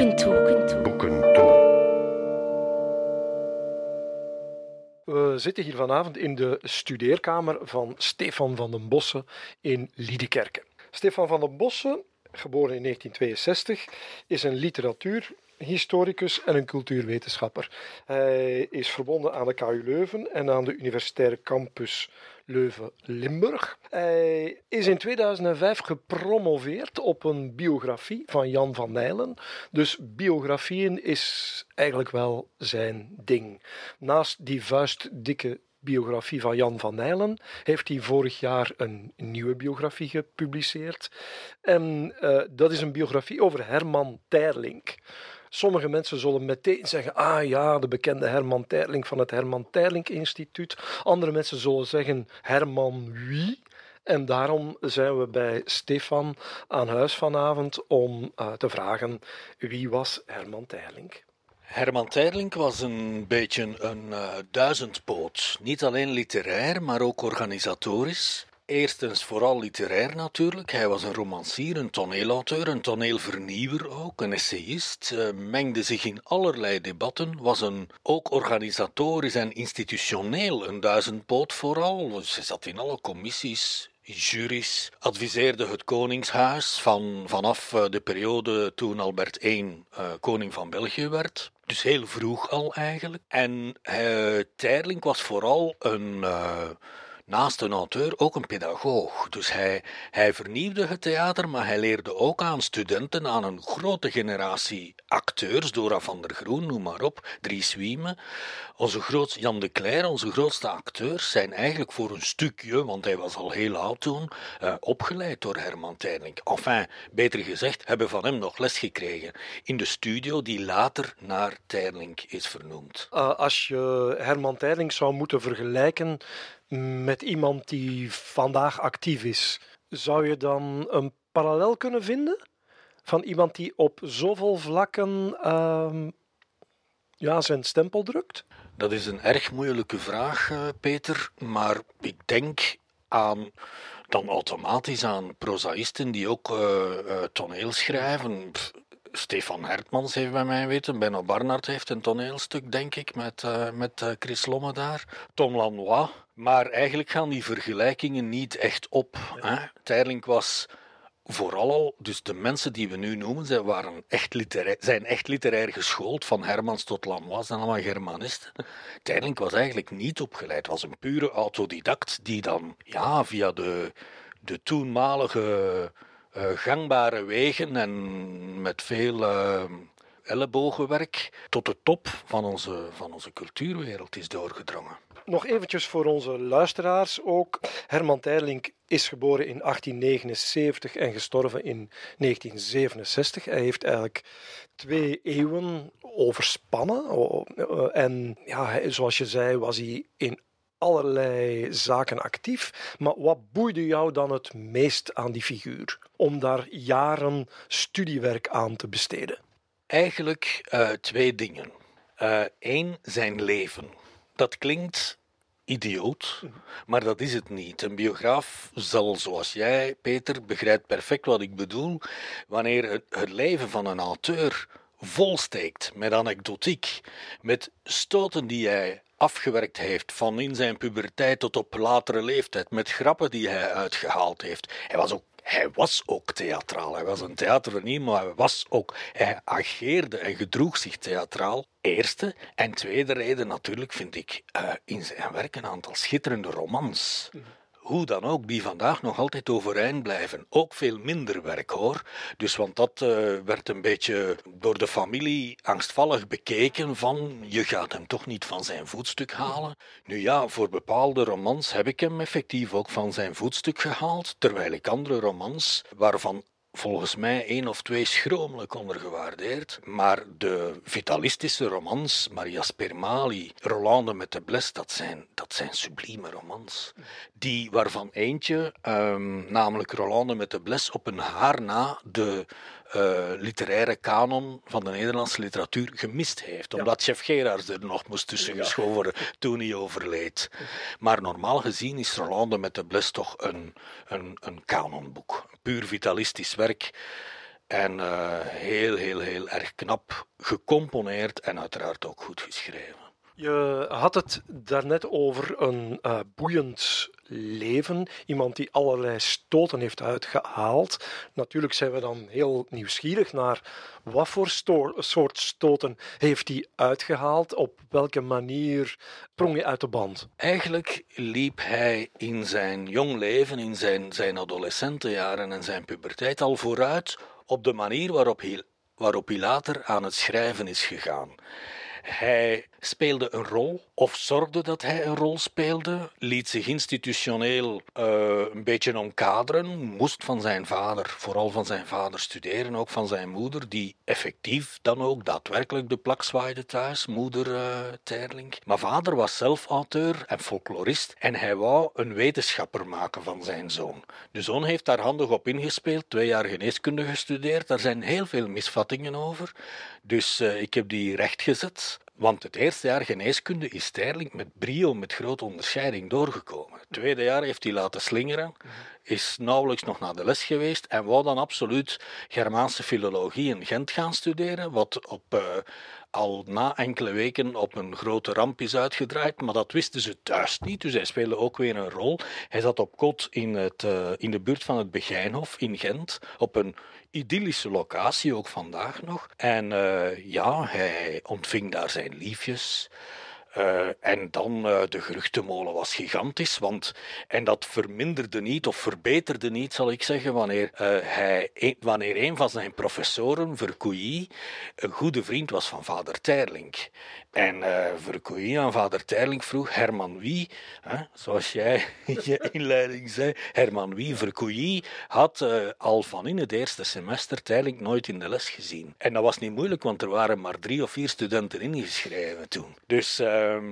We zitten hier vanavond in de studeerkamer van Stefan van den Bossche in Liedekerke. Stefan van den Bossche, geboren in 1962, is een literatuurhistoricus en een cultuurwetenschapper. Hij is verbonden aan de KU Leuven en aan de Universitaire Campus Leuven-Limburg. Hij is in 2005 gepromoveerd op een biografie van Jan van Nijlen. Dus biografieën is eigenlijk wel zijn ding. Naast die vuistdikke biografie van Jan van Nijlen heeft hij vorig jaar een nieuwe biografie gepubliceerd. En dat is een biografie over Herman Teirlinck. Sommige mensen zullen meteen zeggen, de bekende Herman Teirlinck van het Herman Teirlinck Instituut. Andere mensen zullen zeggen, Herman wie? En daarom zijn we bij Stefan aan huis vanavond om te vragen, wie was Herman Teirlinck? Herman Teirlinck was een beetje een duizendpoot. Niet alleen literair, maar ook organisatorisch. Eerstens vooral literair natuurlijk. Hij was een romancier, een toneelauteur, een toneelvernieuwer ook, een essayist. Mengde zich in allerlei debatten, was ook organisatorisch en institutioneel een duizendpoot vooral. Dus hij zat in alle commissies, juries, adviseerde het Koningshuis vanaf de periode toen Albert I koning van België werd. Dus heel vroeg al eigenlijk. En Teirlinck was vooral naast een auteur ook een pedagoog. Dus hij vernieuwde het theater, maar hij leerde ook aan studenten, aan een grote generatie acteurs, Dora van der Groen, noem maar op, Dries Wieme. Jan de Cler, onze grootste acteurs, zijn eigenlijk voor een stukje, want hij was al heel oud toen, opgeleid door Herman Teirlinck. Enfin, beter gezegd, hebben van hem nog les gekregen in de studio die later naar Teirlinck is vernoemd. Als je Herman Teirlinck zou moeten vergelijken met iemand die vandaag actief is, zou je dan een parallel kunnen vinden? Van iemand die op zoveel vlakken zijn stempel drukt? Dat is een erg moeilijke vraag, Peter, maar ik denk dan automatisch aan prozaïsten die ook toneel schrijven. Stefan Hertmans heeft bij mij weten, Benno Barnard heeft een toneelstuk, denk ik, met Chris Lomme daar. Tom Lanois. Maar eigenlijk gaan die vergelijkingen niet echt op. Hè? Teirlinck was vooral al, dus de mensen die we nu noemen, zijn echt literair geschoold, van Hermans tot Lanois, zijn allemaal Germanisten. Teirlinck was eigenlijk niet opgeleid, was een pure autodidact die dan via de toenmalige gangbare wegen en met veel ellebogenwerk tot de top van onze cultuurwereld is doorgedrongen. Nog eventjes voor onze luisteraars ook. Herman Teirlinck is geboren in 1879 en gestorven in 1967. Hij heeft eigenlijk 2 eeuwen overspannen. En zoals je zei, was hij in allerlei zaken actief. Maar wat boeide jou dan het meest aan die figuur? Om daar jaren studiewerk aan te besteden? Eigenlijk 2 dingen. 1, zijn leven. Dat klinkt idioot, maar dat is het niet. Een biograaf zal, zoals jij, Peter, begrijpt perfect wat ik bedoel. Wanneer het leven van een auteur volsteekt met anekdotiek, met stoten die hij afgewerkt heeft, van in zijn puberteit tot op latere leeftijd, met grappen die hij uitgehaald heeft. Hij was ook theatraal. Hij was een theatervernieuwer, maar hij ageerde en gedroeg zich theatraal. Eerste. En tweede reden natuurlijk vind ik in zijn werk een aantal schitterende romans. Hoe dan ook, die vandaag nog altijd overeind blijven. Ook veel minder werk, hoor. Dus, want dat werd een beetje door de familie angstvallig bekeken van, je gaat hem toch niet van zijn voetstuk halen. Nu ja, voor bepaalde romans heb ik hem effectief ook van zijn voetstuk gehaald, terwijl ik andere romans, waarvan volgens mij 1 of 2 schromelijk ondergewaardeerd. Maar de vitalistische romans, Maria Spermali, Rolande met de Bles, dat zijn sublieme romans. Waarvan eentje, namelijk Rolande met de Bles, op een haar na de literaire kanon van de Nederlandse literatuur gemist heeft. Omdat chef Gerards er nog moest tussen geschoven worden toen hij overleed. Maar normaal gezien is Rolande met de Bles toch een kanonboek. Een puur vitalistisch werk. En heel, heel, heel erg knap gecomponeerd en uiteraard ook goed geschreven. Je had het daarnet over een boeiend leven. Iemand die allerlei stoten heeft uitgehaald. Natuurlijk zijn we dan heel nieuwsgierig naar wat voor soort stoten heeft hij uitgehaald. Op welke manier sprong hij uit de band? Eigenlijk liep hij in zijn jong leven, in zijn adolescentenjaren en zijn puberteit al vooruit op de manier waarop hij later aan het schrijven is gegaan. Hij speelde een rol, of zorgde dat hij een rol speelde, liet zich institutioneel een beetje omkaderen, moest van zijn vader, vooral van zijn vader studeren, ook van zijn moeder, die effectief dan ook daadwerkelijk de plak zwaaide thuis, moeder Teirlinck. Maar vader was zelf auteur en folklorist en hij wou een wetenschapper maken van zijn zoon. De zoon heeft daar handig op ingespeeld, 2 jaar geneeskunde gestudeerd, daar zijn heel veel misvattingen over, dus ik heb die rechtgezet. Want het eerste jaar geneeskunde is Teirlinck met brio, met grote onderscheiding doorgekomen. Het tweede jaar heeft hij laten slingeren, is nauwelijks nog naar de les geweest en wou dan absoluut Germaanse filologie in Gent gaan studeren, wat al na enkele weken op een grote ramp is uitgedraaid, maar dat wisten ze thuis niet, dus hij speelde ook weer een rol. Hij zat op kot in de buurt van het Begijnhof in Gent, op een idyllische locatie, ook vandaag nog. En hij ontving daar zijn liefjes. En dan de geruchtenmolen was gigantisch, en dat verminderde niet of verbeterde niet, zal ik zeggen, wanneer een van zijn professoren, Vercouilly, een goede vriend was van vader Teirlinck. En Vercouilly aan vader Teirlinck vroeg, Herman wie, zoals jij in je inleiding zei, Herman wie, Vercouilly had al van in het eerste semester Teirlinck nooit in de les gezien. En dat was niet moeilijk, want er waren maar 3 of 4 studenten ingeschreven toen. Dus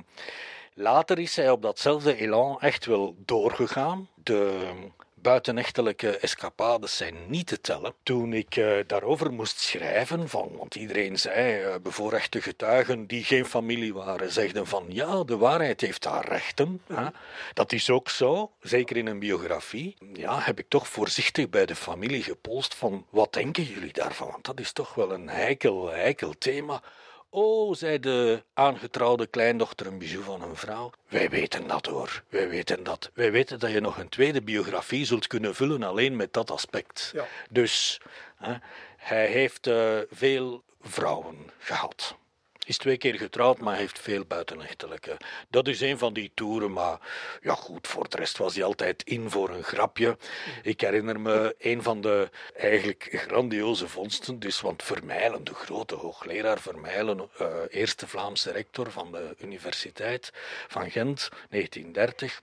later is hij op datzelfde elan echt wel doorgegaan. De buitenechtelijke escapades zijn niet te tellen. Toen ik daarover moest schrijven, want iedereen zei, bevoorrechte getuigen die geen familie waren, zeiden van ja, de waarheid heeft haar rechten. Dat is ook zo, zeker in een biografie. Ja, heb ik toch voorzichtig bij de familie gepolst van wat denken jullie daarvan? Want dat is toch wel een heikel thema. Oh, zei de aangetrouwde kleindochter, een bijou van een vrouw. Wij weten dat hoor, wij weten dat. Wij weten dat je nog een tweede biografie zult kunnen vullen alleen met dat aspect. Ja. Dus hij heeft veel vrouwen gehad. Is 2 keer getrouwd, maar heeft veel buitenechtelijke. Dat is een van die toeren, maar ja goed, voor de rest was hij altijd in voor een grapje. Ik herinner me een van de eigenlijk grandioze vondsten, want Vermeylen, de grote hoogleraar Vermeylen, eerste Vlaamse rector van de Universiteit van Gent, 1930...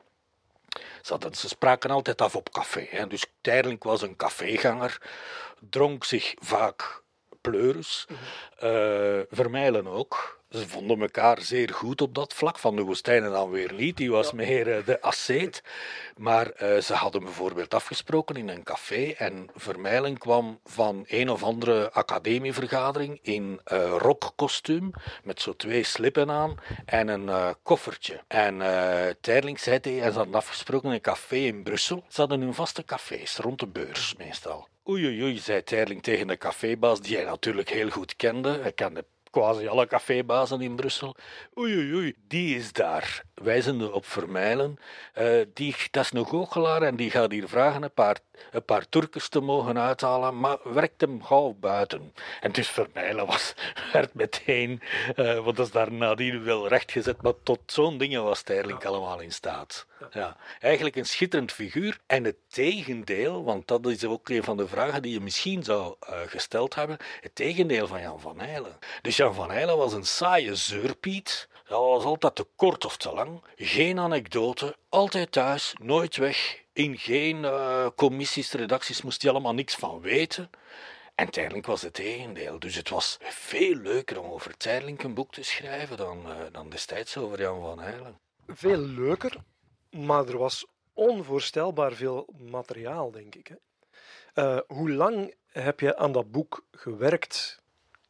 Ze spraken altijd af op café. Dus Teirlinck was een caféganger, dronk zich vaak pleuris. Vermeylen ook. Ze vonden elkaar zeer goed op dat vlak. Van de Woestijnen dan weer niet. Die was meer de asceet. Maar ze hadden bijvoorbeeld afgesproken in een café. En Vermeylen kwam van een of andere academievergadering in rokkostuum. Met zo 2 slippen aan en een koffertje. En Teirlinck zei tegen hen, ze hadden afgesproken in een café in Brussel. Ze hadden hun vaste cafés, rond de beurs meestal. Oei, zei Teirlinck tegen de cafébaas, die hij natuurlijk heel goed kende. Hij kende quasi alle cafébazen in Brussel. Oei, die is daar. Wijzende op Vermeylen. Dat is een goochelaar en die gaat hier vragen een paar Turkers te mogen uithalen, maar werkt hem gauw buiten. En dus Vermeylen werd meteen, want dat is daar nadien wel rechtgezet, maar tot zo'n dingen was Teirlinck allemaal in staat. Ja. Eigenlijk een schitterend figuur. En het tegendeel, want dat is ook een van de vragen die je misschien zou gesteld hebben, het tegendeel van Jan van Heylen. Dus Jan van Heylen was een saaie zeurpiet. Dat was altijd te kort of te lang. Geen anekdote, altijd thuis, nooit weg. In geen commissies, redacties moest hij allemaal niks van weten. En Teirlinck was het tegendeel. Dus het was veel leuker om over Teirlinck een boek te schrijven dan destijds over Jan van Heylen. Veel leuker, maar er was onvoorstelbaar veel materiaal, denk ik. Hoe lang heb je aan dat boek gewerkt?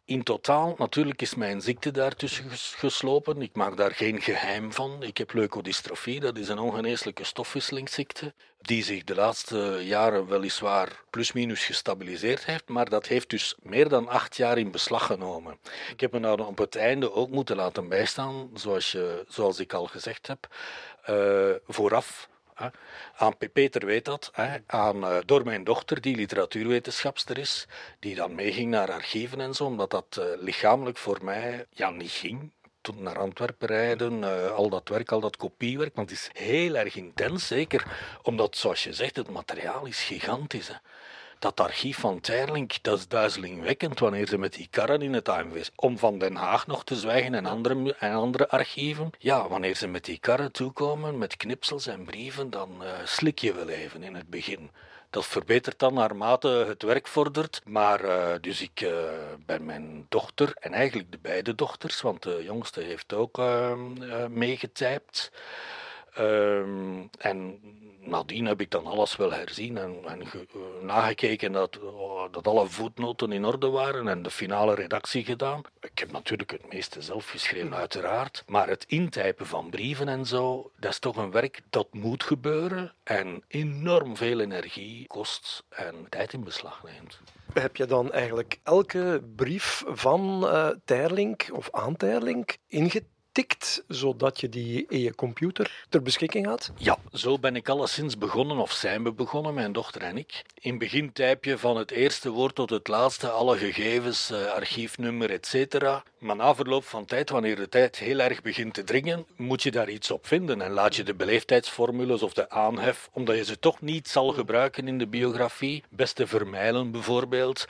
In totaal, natuurlijk is mijn ziekte daartussen geslopen. Ik maak daar geen geheim van. Ik heb leukodystrofie, dat is een ongeneeslijke stofwisselingsziekte, die zich de laatste jaren weliswaar plus-minus gestabiliseerd heeft, maar dat heeft dus meer dan 8 jaar in beslag genomen. Ik heb me nou op het einde ook moeten laten bijstaan, zoals ik al gezegd heb, vooraf. Peter weet dat, door mijn dochter, die literatuurwetenschapster is, die dan meeging naar archieven en zo, omdat dat lichamelijk voor mij niet ging. Toen naar Antwerpen rijden, al dat werk, al dat kopiewerk, want het is heel erg intens, zeker omdat, zoals je zegt, het materiaal is gigantisch. Hè. Dat archief van Teirlinck, dat is duizelingwekkend wanneer ze met die karren in het AMW, om van Den Haag nog te zwijgen en andere archieven. Ja, wanneer ze met die karren toekomen, met knipsels en brieven, dan slik je wel even in het begin. Dat verbetert dan naarmate het werk vordert. Maar dus ik ben mijn dochter, en eigenlijk de beide dochters, want de jongste heeft ook meegetypt. En nadien heb ik dan alles wel herzien en nagekeken dat alle voetnoten in orde waren en de finale redactie gedaan. Ik heb natuurlijk het meeste zelf geschreven, uiteraard. Maar het intypen van brieven en zo, dat is toch een werk dat moet gebeuren en enorm veel energie kost en tijd in beslag neemt. Heb je dan eigenlijk elke brief van Teirlinck of aan Teirlinck ingetikt, zodat je die in je computer ter beschikking had? Ja, zo ben ik alleszins begonnen, of zijn we begonnen, mijn dochter en ik. In het begin typ je van het eerste woord tot het laatste, alle gegevens, archiefnummer, etc. Maar na verloop van tijd, wanneer de tijd heel erg begint te dringen, moet je daar iets op vinden en laat je de beleefdheidsformules of de aanhef, omdat je ze toch niet zal gebruiken in de biografie, beste vermijlen bijvoorbeeld,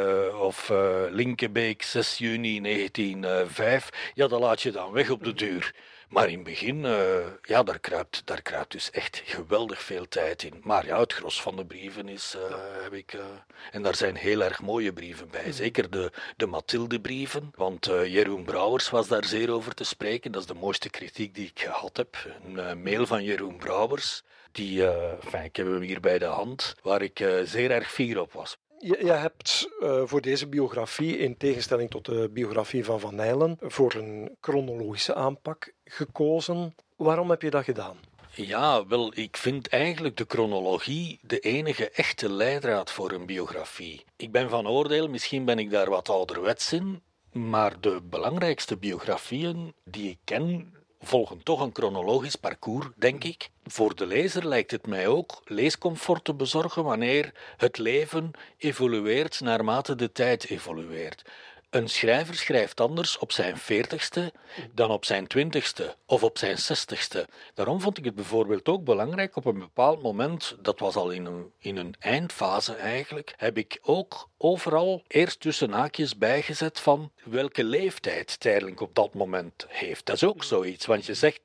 of Linkebeek, 6 juni 1905, ja, dat laat je dan weg op de duur. Maar in het begin, daar kruipt dus echt geweldig veel tijd in. Maar ja, het gros van de brieven heb ik... en daar zijn heel erg mooie brieven bij. Zeker de Mathilde-brieven. Want Jeroen Brouwers was daar zeer over te spreken. Dat is de mooiste kritiek die ik gehad heb. Een mail van Jeroen Brouwers. Ik heb hem hier bij de hand. Waar ik zeer erg fier op was. Je hebt voor deze biografie, in tegenstelling tot de biografie van Van Nijlen, voor een chronologische aanpak gekozen. Waarom heb je dat gedaan? Ja, wel, ik vind eigenlijk de chronologie de enige echte leidraad voor een biografie. Ik ben van oordeel, misschien ben ik daar wat ouderwets in, maar de belangrijkste biografieën die ik ken volgen toch een chronologisch parcours, denk ik. Voor de lezer lijkt het mij ook leescomfort te bezorgen wanneer het leven evolueert naarmate de tijd evolueert. Een schrijver schrijft anders op zijn 40ste dan op zijn 20ste of op zijn 60ste. Daarom vond ik het bijvoorbeeld ook belangrijk op een bepaald moment, dat was al in een eindfase eigenlijk, heb ik ook overal eerst tussen haakjes bijgezet van welke leeftijd Teirlinck op dat moment heeft. Dat is ook zoiets, want je zegt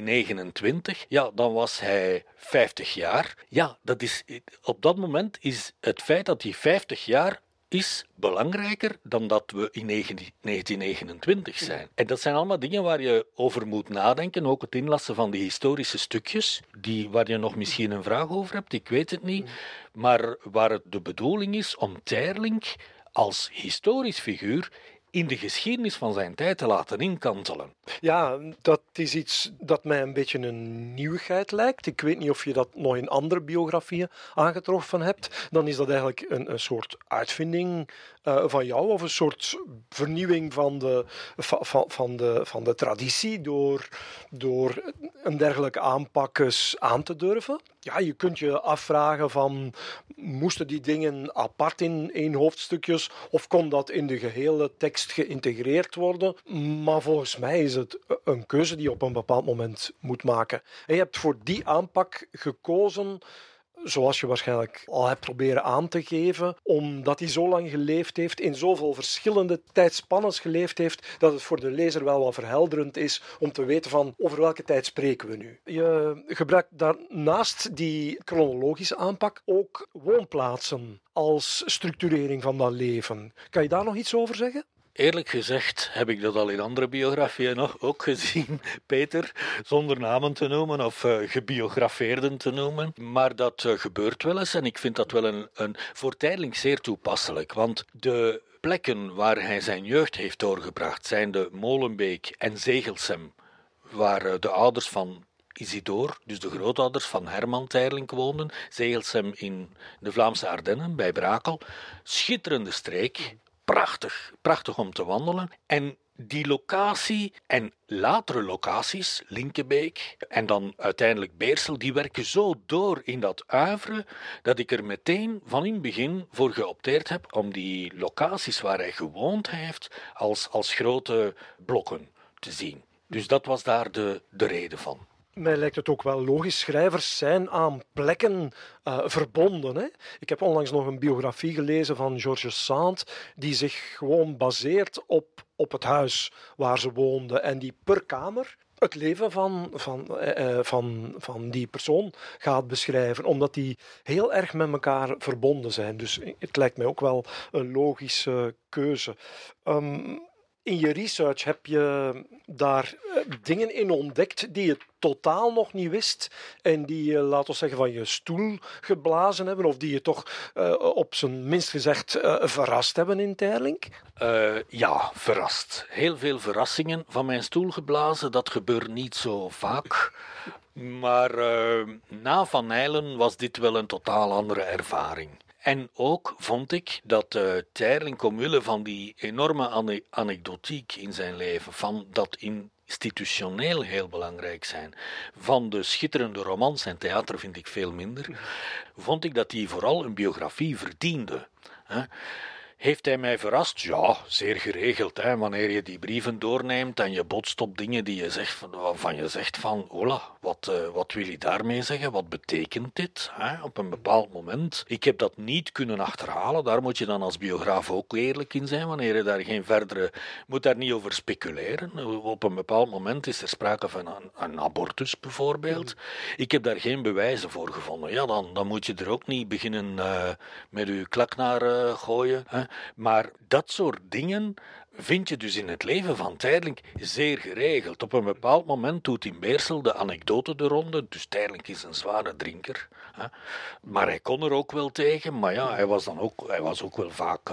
1929, ja, dan was hij 50 jaar. Ja, op dat moment is het feit dat hij 50 jaar is belangrijker dan dat we in 1929 zijn. En dat zijn allemaal dingen waar je over moet nadenken, ook het inlassen van die historische stukjes, waar je nog misschien een vraag over hebt, ik weet het niet, maar waar het de bedoeling is om Teirlinck als historisch figuur in de geschiedenis van zijn tijd te laten inkantelen. Ja, dat is iets dat mij een beetje een nieuwigheid lijkt. Ik weet niet of je dat nog in andere biografieën aangetroffen hebt. Dan is dat eigenlijk een soort uitvinding van jou, of een soort vernieuwing van de traditie door een dergelijke aanpak eens aan te durven. Ja, je kunt je afvragen van, moesten die dingen apart in 1 hoofdstukjes of kon dat in de gehele tekst geïntegreerd worden? Maar volgens mij is het een keuze die je op een bepaald moment moet maken. En je hebt voor die aanpak gekozen, zoals je waarschijnlijk al hebt proberen aan te geven, omdat hij zo lang geleefd heeft, in zoveel verschillende tijdspannen geleefd heeft, dat het voor de lezer wel wat verhelderend is om te weten van over welke tijd spreken we nu. Je gebruikt daarnaast die chronologische aanpak ook woonplaatsen als structurering van dat leven. Kan je daar nog iets over zeggen? Eerlijk gezegd heb ik dat al in andere biografieën ook gezien, Peter, zonder namen te noemen of gebiografeerden te noemen. Maar dat gebeurt wel eens en ik vind dat wel voor Teirlinck zeer toepasselijk. Want de plekken waar hij zijn jeugd heeft doorgebracht zijn de Molenbeek en Zegelsem, waar de ouders van Isidore, dus de grootouders van Herman Teirlinck, woonden. Zegelsem in de Vlaamse Ardennen, bij Brakel. Schitterende streek, prachtig om te wandelen. En die locatie en latere locaties, Linkebeek en dan uiteindelijk Beersel, die werken zo door in dat oeuvre dat ik er meteen van in het begin voor geopteerd heb om die locaties waar hij gewoond heeft als grote blokken te zien. Dus dat was daar de reden van. Mij lijkt het ook wel logisch. Schrijvers zijn aan plekken verbonden. Hè? Ik heb onlangs nog een biografie gelezen van Georges Sand, die zich gewoon baseert op het huis waar ze woonden en die per kamer het leven van die persoon gaat beschrijven, omdat die heel erg met elkaar verbonden zijn. Dus het lijkt mij ook wel een logische keuze. In je research heb je daar dingen in ontdekt die je totaal nog niet wist en die je, laten we zeggen, van je stoel geblazen hebben of die je toch op zijn minst gezegd verrast hebben in Teirlinck? Ja, verrast. Heel veel verrassingen van mijn stoel geblazen. Dat gebeurt niet zo vaak. Maar na Van Nijlen was dit wel een totaal andere ervaring. En ook vond ik dat Teirlinck, omwille van die enorme anekdotiek in zijn leven, van dat institutioneel heel belangrijk zijn, van de schitterende romans en theater vind ik veel minder, vond ik dat hij vooral een biografie verdiende. Heeft hij mij verrast? Ja, zeer geregeld. Hè. Wanneer je die brieven doorneemt en je botst op dingen die je zegt waarvan je zegt van, hola, wat wil je daarmee zeggen? Wat betekent dit? Hè? Op een bepaald moment. Ik heb dat niet kunnen achterhalen. Daar moet je dan als biograaf ook eerlijk in zijn. Wanneer je daar geen verdere... moet daar niet over speculeren. Op een bepaald moment is er sprake van een abortus bijvoorbeeld. Ik heb daar geen bewijzen voor gevonden. Ja, dan moet je er ook niet beginnen met je klak naar gooien. Hè? Maar dat soort dingen vind je dus in het leven van Teirlinck zeer geregeld. Op een bepaald moment doet in Beersel de anekdote de ronde. Dus Teirlinck is een zware drinker. Hè. Maar hij kon er ook wel tegen. Maar ja, hij was ook wel vaak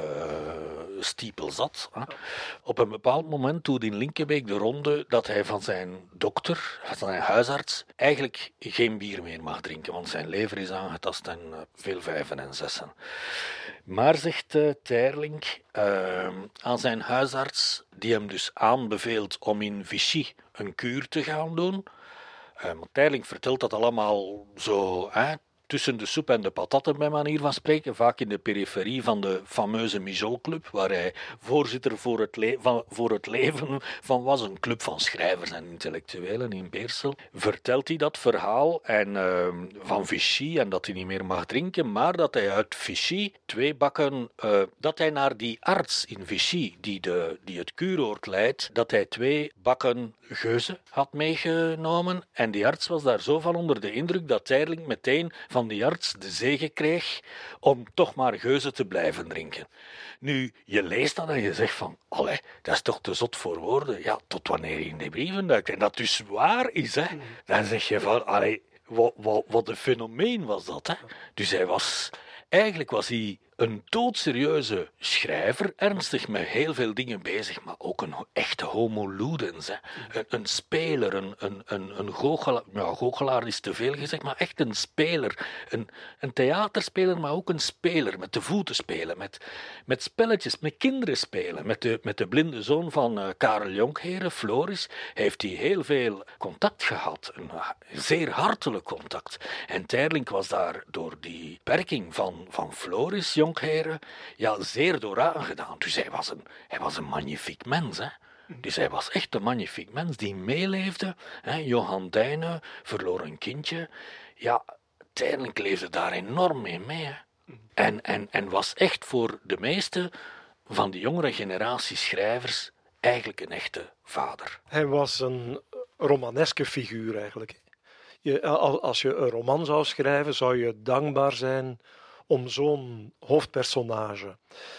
stiepelzat. Hè. Op een bepaald moment doet in Linkebeek de ronde dat hij van zijn dokter, van zijn huisarts, eigenlijk geen bier meer mag drinken. Want zijn lever is aangetast en veel vijven en zessen. Maar, zegt Teirlinck aan zijn huisarts, die hem dus aanbeveelt om in Vichy een kuur te gaan doen. Teirlinck vertelt dat allemaal zo tussen de soep en de patatten, bij manier van spreken, vaak in de periferie van de fameuze Mijolclub, waar hij voorzitter voor het leven van was, een club van schrijvers en intellectuelen in Beersel. Vertelt hij dat verhaal van Vichy en dat hij niet meer mag drinken, maar dat hij uit Vichy 2 bakken, dat hij naar die arts in Vichy, die het kuuroord leidt, dat hij 2 bakken geuzen had meegenomen en die arts was daar zo van onder de indruk dat Teirlinck meteen van die arts de zege kreeg om toch maar geuzen te blijven drinken. Nu, je leest dat en je zegt van, allee, dat is toch te zot voor woorden. Ja, tot wanneer je in die brieven duikt. En dat dus waar is, hè. Dan zeg je van, allee, wat een fenomeen was dat, hè. Dus eigenlijk was hij een doodserieuze schrijver, ernstig met heel veel dingen bezig, maar ook een echte homo ludens. Hè. Een speler, een goochelaar. Ja, goochelaar is te veel gezegd, maar echt een speler. Een theaterspeler, maar ook een speler. Met de voeten spelen, met spelletjes, met kinderen spelen. Met de blinde zoon van Karel Jonkheren, Floris, heeft hij heel veel contact gehad. Een zeer hartelijk contact. En Teirlinck was daar door die werking van Floris Jonkheren zeer door aangedaan. Dus hij was een magnifiek mens. Hè? Dus hij was echt een magnifiek mens die meeleefde. Hè? Johan Dijne verloor een kindje. Ja, Teirlinck leefde daar enorm mee. Hè? En was echt voor de meeste van de jongere generatie schrijvers eigenlijk een echte vader. Hij was een romaneske figuur eigenlijk. Als je een roman zou schrijven, zou je dankbaar zijn om zo'n hoofdpersonage.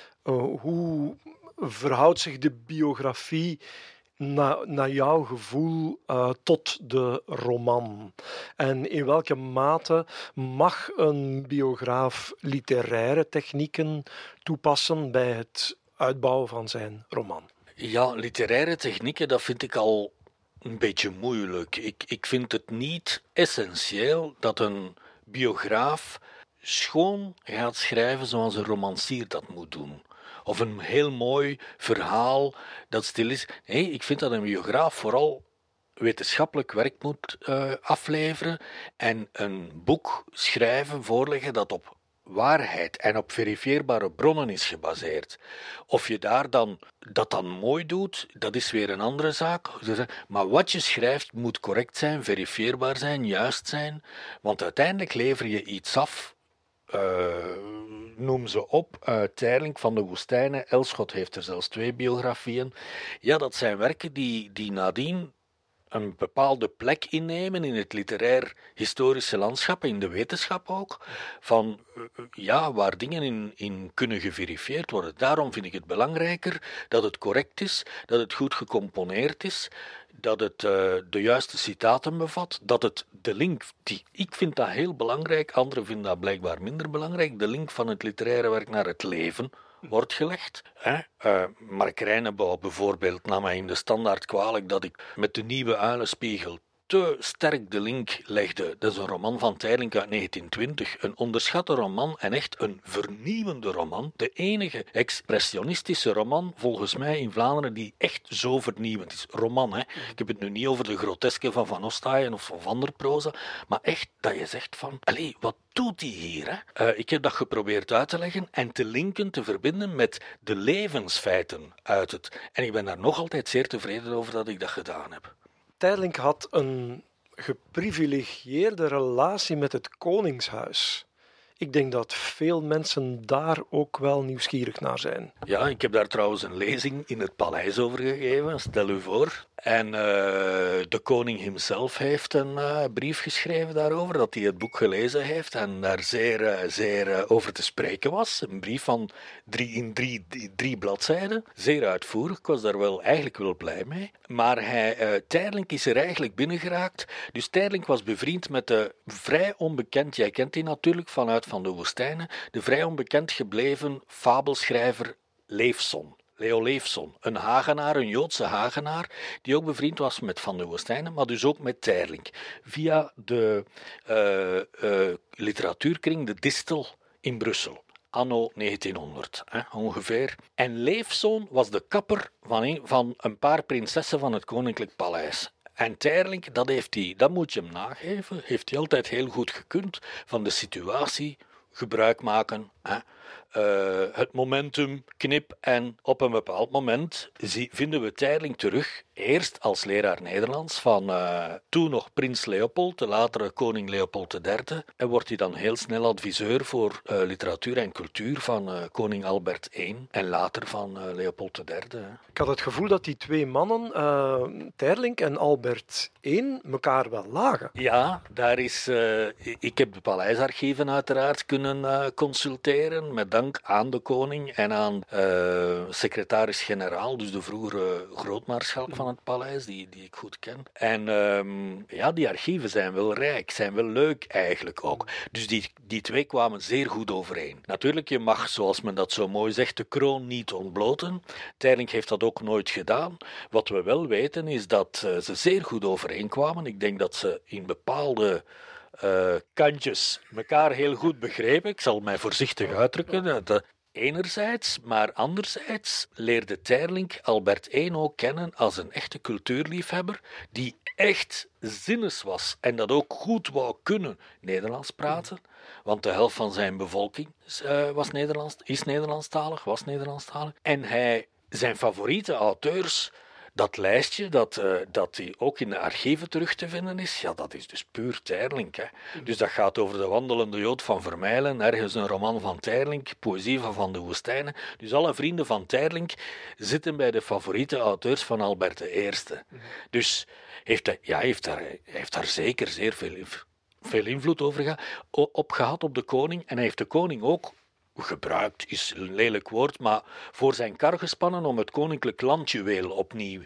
Hoe verhoudt zich de biografie naar jouw gevoel tot de roman? En in welke mate mag een biograaf literaire technieken toepassen bij het uitbouw van zijn roman. Ja, literaire technieken, dat vind ik al een beetje moeilijk. Ik vind het niet essentieel dat een biograaf schoon gaat schrijven zoals een romancier dat moet doen. Of een heel mooi verhaal dat stil is. Nee, ik vind dat een biograaf vooral wetenschappelijk werk moet afleveren en een boek schrijven, voorleggen dat op waarheid en op verifieerbare bronnen is gebaseerd. Of je daar dan dat dan mooi doet, dat is weer een andere zaak. Maar wat je schrijft moet correct zijn, verifieerbaar zijn, juist zijn, want uiteindelijk lever je iets af. Noem ze op, Teirlinck, Van de Woestijnen, Elschot heeft er zelfs 2 biografieën. Ja, dat zijn werken die nadien een bepaalde plek innemen in het literair-historische landschap, in de wetenschap ook, van waar dingen in kunnen geverifieerd worden. Daarom vind ik het belangrijker dat het correct is, dat het goed gecomponeerd is, dat het de juiste citaten bevat, dat het de link, ik vind dat heel belangrijk, anderen vinden dat blijkbaar minder belangrijk, de link van het literaire werk naar het leven wordt gelegd. Mark Reinebouw bijvoorbeeld nam mij in de Standaard kwalijk dat ik met de Nieuwe Uilenspiegel te sterk de link legde. Dat is een roman van Teirlinck uit 1920. Een onderschatte roman en echt een vernieuwende roman. De enige expressionistische roman, volgens mij, in Vlaanderen die echt zo vernieuwend is. Roman, hè. Ik heb het nu niet over de groteske van Van Ostaaien of van der Proza, maar echt dat je zegt van, allee, wat doet hij hier? Hè? Ik heb dat geprobeerd uit te leggen en te linken, te verbinden met de levensfeiten uit het. En ik ben daar nog altijd zeer tevreden over dat ik dat gedaan heb. Teirlinck had een geprivilegieerde relatie met het Koningshuis. Ik denk dat veel mensen daar ook wel nieuwsgierig naar zijn. Ja, ik heb daar trouwens een lezing in het paleis over gegeven, stel u voor. En de koning himself heeft een brief geschreven daarover, dat hij het boek gelezen heeft en daar zeer over te spreken was. Een brief van drie bladzijden, zeer uitvoerig. Ik was daar eigenlijk wel blij mee. Maar Teirlinck is er eigenlijk binnengeraakt. Dus Teirlinck was bevriend met de vrij onbekend, jij kent die natuurlijk vanuit Van de Woestijnen, de vrij onbekend gebleven fabelschrijver Leefson. Leo Leefson, een Hagenaar, een Joodse Hagenaar, die ook bevriend was met Van de Woestijnen, maar dus ook met Teirlinck. Via de literatuurkring De Distel in Brussel. Anno 1900, ongeveer. En Leefson was de kapper van een paar prinsessen van het Koninklijk Paleis. En Teirlinck, dat moet je hem nageven, heeft hij altijd heel goed gekund van de situatie gebruik maken. Het momentum, knip en op een bepaald moment vinden we Teirlinck terug, eerst als leraar Nederlands van toen nog prins Leopold, de latere koning Leopold III, en wordt hij dan heel snel adviseur voor literatuur en cultuur van koning Albert I en later van Leopold III. Ik had het gevoel dat die 2 mannen, Teirlinck en Albert I, elkaar wel lagen. Ja, daar is. Ik heb de paleisarchieven uiteraard kunnen consulteren, met dank aan de koning en aan secretaris-generaal, dus de vroegere grootmaarschalk van het paleis, die ik goed ken. En die archieven zijn wel rijk, zijn wel leuk eigenlijk ook. Dus die 2 kwamen zeer goed overeen. Natuurlijk, je mag, zoals men dat zo mooi zegt, de kroon niet ontbloten. Teirlinck heeft dat ook nooit gedaan. Wat we wel weten is dat ze zeer goed overeenkwamen. Ik denk dat ze in bepaalde kantjes elkaar heel goed begrepen. Ik zal mij voorzichtig uitdrukken. Enerzijds, maar anderzijds leerde Teirlinck Albert I ook kennen als een echte cultuurliefhebber die echt zinnig was en dat ook goed wou kunnen Nederlands praten, want de helft van zijn bevolking is Nederlandstalig, was Nederlandstalig. En zijn favoriete auteurs, dat lijstje dat die ook in de archieven terug te vinden is, ja, dat is dus puur Teirlinck. Hè. Dus dat gaat over de wandelende Jood van Vermijlen, ergens een roman van Teirlinck, poëzie van Van de Woestijnen. Dus alle vrienden van Teirlinck zitten bij de favoriete auteurs van Albert I. Dus heeft daar zeker zeer veel invloed op gehad op de koning. En hij heeft de koning ook gebruikt is een lelijk woord, maar voor zijn kar gespannen om het koninklijk landjuweel opnieuw,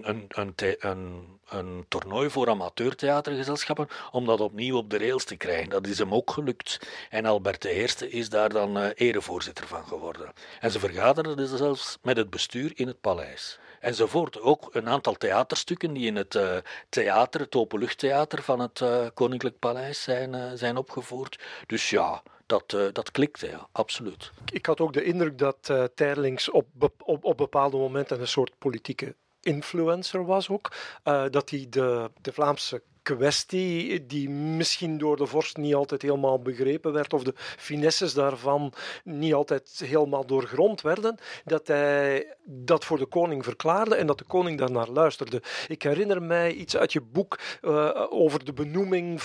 een toernooi voor amateurtheatergezelschappen, om dat opnieuw op de rails te krijgen. Dat is hem ook gelukt. En Albert I is daar dan erevoorzitter van geworden. En ze vergaderden zelfs met het bestuur in het paleis. Enzovoort. Ook een aantal theaterstukken die in het theater, het openluchttheater van het Koninklijk Paleis zijn opgevoerd. Dus ja, dat klikte, ja, absoluut. Ik had ook de indruk dat Teirlinks op bepaalde momenten een soort politieke influencer was ook. Dat hij de Vlaamse kwestie, die misschien door de vorst niet altijd helemaal begrepen werd, of de finesses daarvan niet altijd helemaal doorgrond werden, dat hij dat voor de koning verklaarde en dat de koning daarnaar luisterde. Ik herinner mij iets uit je boek over de benoeming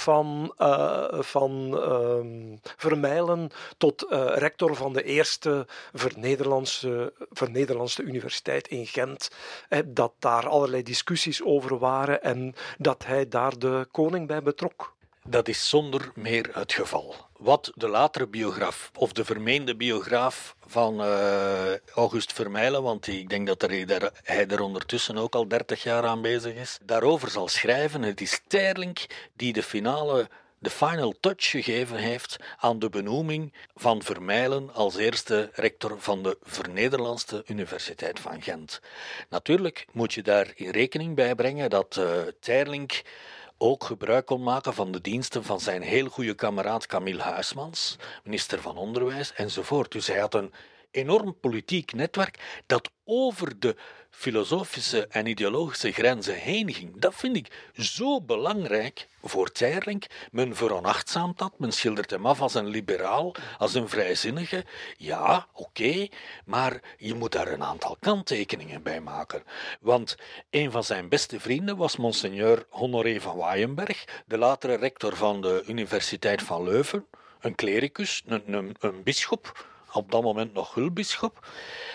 van Vermijlen tot rector van de eerste Vernederlandse universiteit in Gent. Dat daar allerlei discussies over waren en dat hij daar de koning bij betrok. Dat is zonder meer het geval. Wat de latere biograaf, of de vermeende biograaf van August Vermijlen, want ik denk dat hij er ondertussen ook al 30 jaar aan bezig is, daarover zal schrijven. Het is Teirlinck die de final touch gegeven heeft aan de benoeming van Vermijlen als eerste rector van de Vernederlandse Universiteit van Gent. Natuurlijk moet je daar in rekening bij brengen dat Teirlinck ook gebruik kon maken van de diensten van zijn heel goede kameraad Camille Huysmans, minister van Onderwijs, enzovoort. Dus hij had een enorm politiek netwerk dat over de filosofische en ideologische grenzen heen ging. Dat vind ik zo belangrijk voor Teirlinck. Men veronachtzaamt dat, men schildert hem af als een liberaal, als een vrijzinnige. Ja, oké, maar je moet daar een aantal kanttekeningen bij maken. Want een van zijn beste vrienden was monseigneur Honoré van Waaijenberg, de latere rector van de Universiteit van Leuven, een klericus, een bisschop, op dat moment nog hulpbisschop.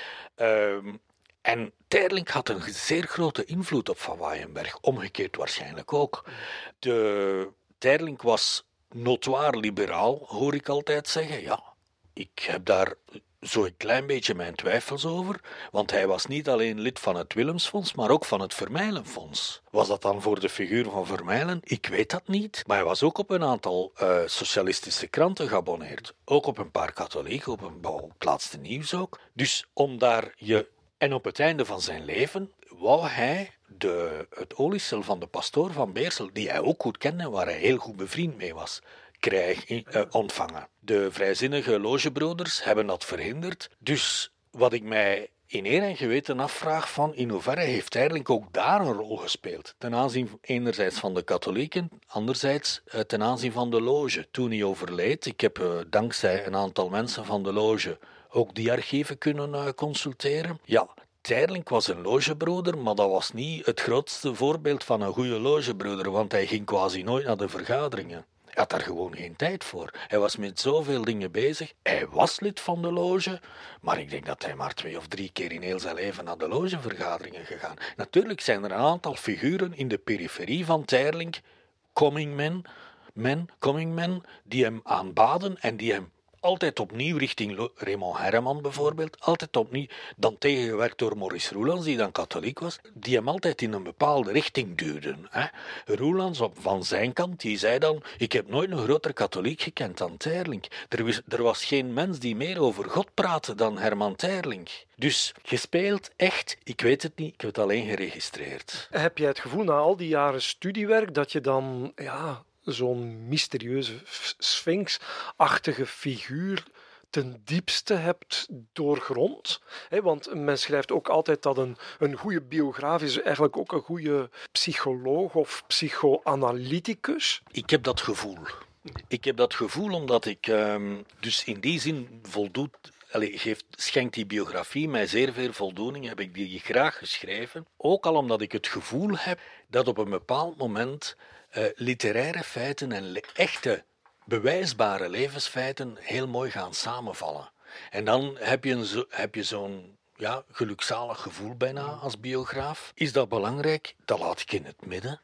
En Teirlinck had een zeer grote invloed op Van Waaijenberg, omgekeerd waarschijnlijk ook. Teirlinck was notoir liberaal, hoor ik altijd zeggen. Ja, ik heb daar zo'n klein beetje mijn twijfels over, want hij was niet alleen lid van het Willemsfonds, maar ook van het Vermijlenfonds. Was dat dan voor de figuur van Vermijlen? Ik weet dat niet, maar hij was ook op een aantal socialistische kranten geabonneerd. Ook op een paar katholieken, op het laatste nieuws ook. Dus om daar En op het einde van zijn leven wou hij het oliescel van de pastoor van Beersel, die hij ook goed kende en waar hij heel goed bevriend mee was, ontvangen. De vrijzinnige logebroeders hebben dat verhinderd. Dus wat ik mij in eer en geweten afvraag van in hoeverre heeft Teirlinck ook daar een rol gespeeld. Ten aanzien enerzijds van de katholieken, anderzijds ten aanzien van de loge. Toen hij overleed, ik heb dankzij een aantal mensen van de loge ook die archieven kunnen consulteren. Ja, Teirlinck was een logebroeder, maar dat was niet het grootste voorbeeld van een goede logebroeder, want hij ging quasi nooit naar de vergaderingen. Hij had daar gewoon geen tijd voor. Hij was met zoveel dingen bezig. Hij was lid van de loge, maar ik denk dat hij maar 2 of 3 keer in heel zijn leven naar de logevergaderingen gegaan. Natuurlijk zijn er een aantal figuren in de periferie van Teirlinck, coming men, die hem aanbaden en die hem altijd opnieuw richting Raymond Herreman bijvoorbeeld, altijd opnieuw, dan tegengewerkt door Maurice Roelans, die dan katholiek was, die hem altijd in een bepaalde richting duwden. Roelans van zijn kant, die zei dan, ik heb nooit een groter katholiek gekend dan Teirlinck. Er was geen mens die meer over God praatte dan Herman Teirlinck. Dus gespeeld, echt, ik weet het niet, ik heb het alleen geregistreerd. Heb jij het gevoel na al die jaren studiewerk dat je dan zo'n mysterieuze sphinx-achtige figuur ten diepste hebt doorgrond? Want men schrijft ook altijd dat een goede biograaf is eigenlijk ook een goede psycholoog of psychoanalyticus. Ik heb dat gevoel. Ik heb dat gevoel omdat ik dus in die zin schenkt die biografie mij zeer veel voldoening, heb ik die graag geschreven. Ook al omdat ik het gevoel heb dat op een bepaald moment literaire feiten en echte bewijsbare levensfeiten heel mooi gaan samenvallen. En dan heb je zo'n gelukzalig gevoel bijna als biograaf. Is dat belangrijk? Dat laat ik in het midden.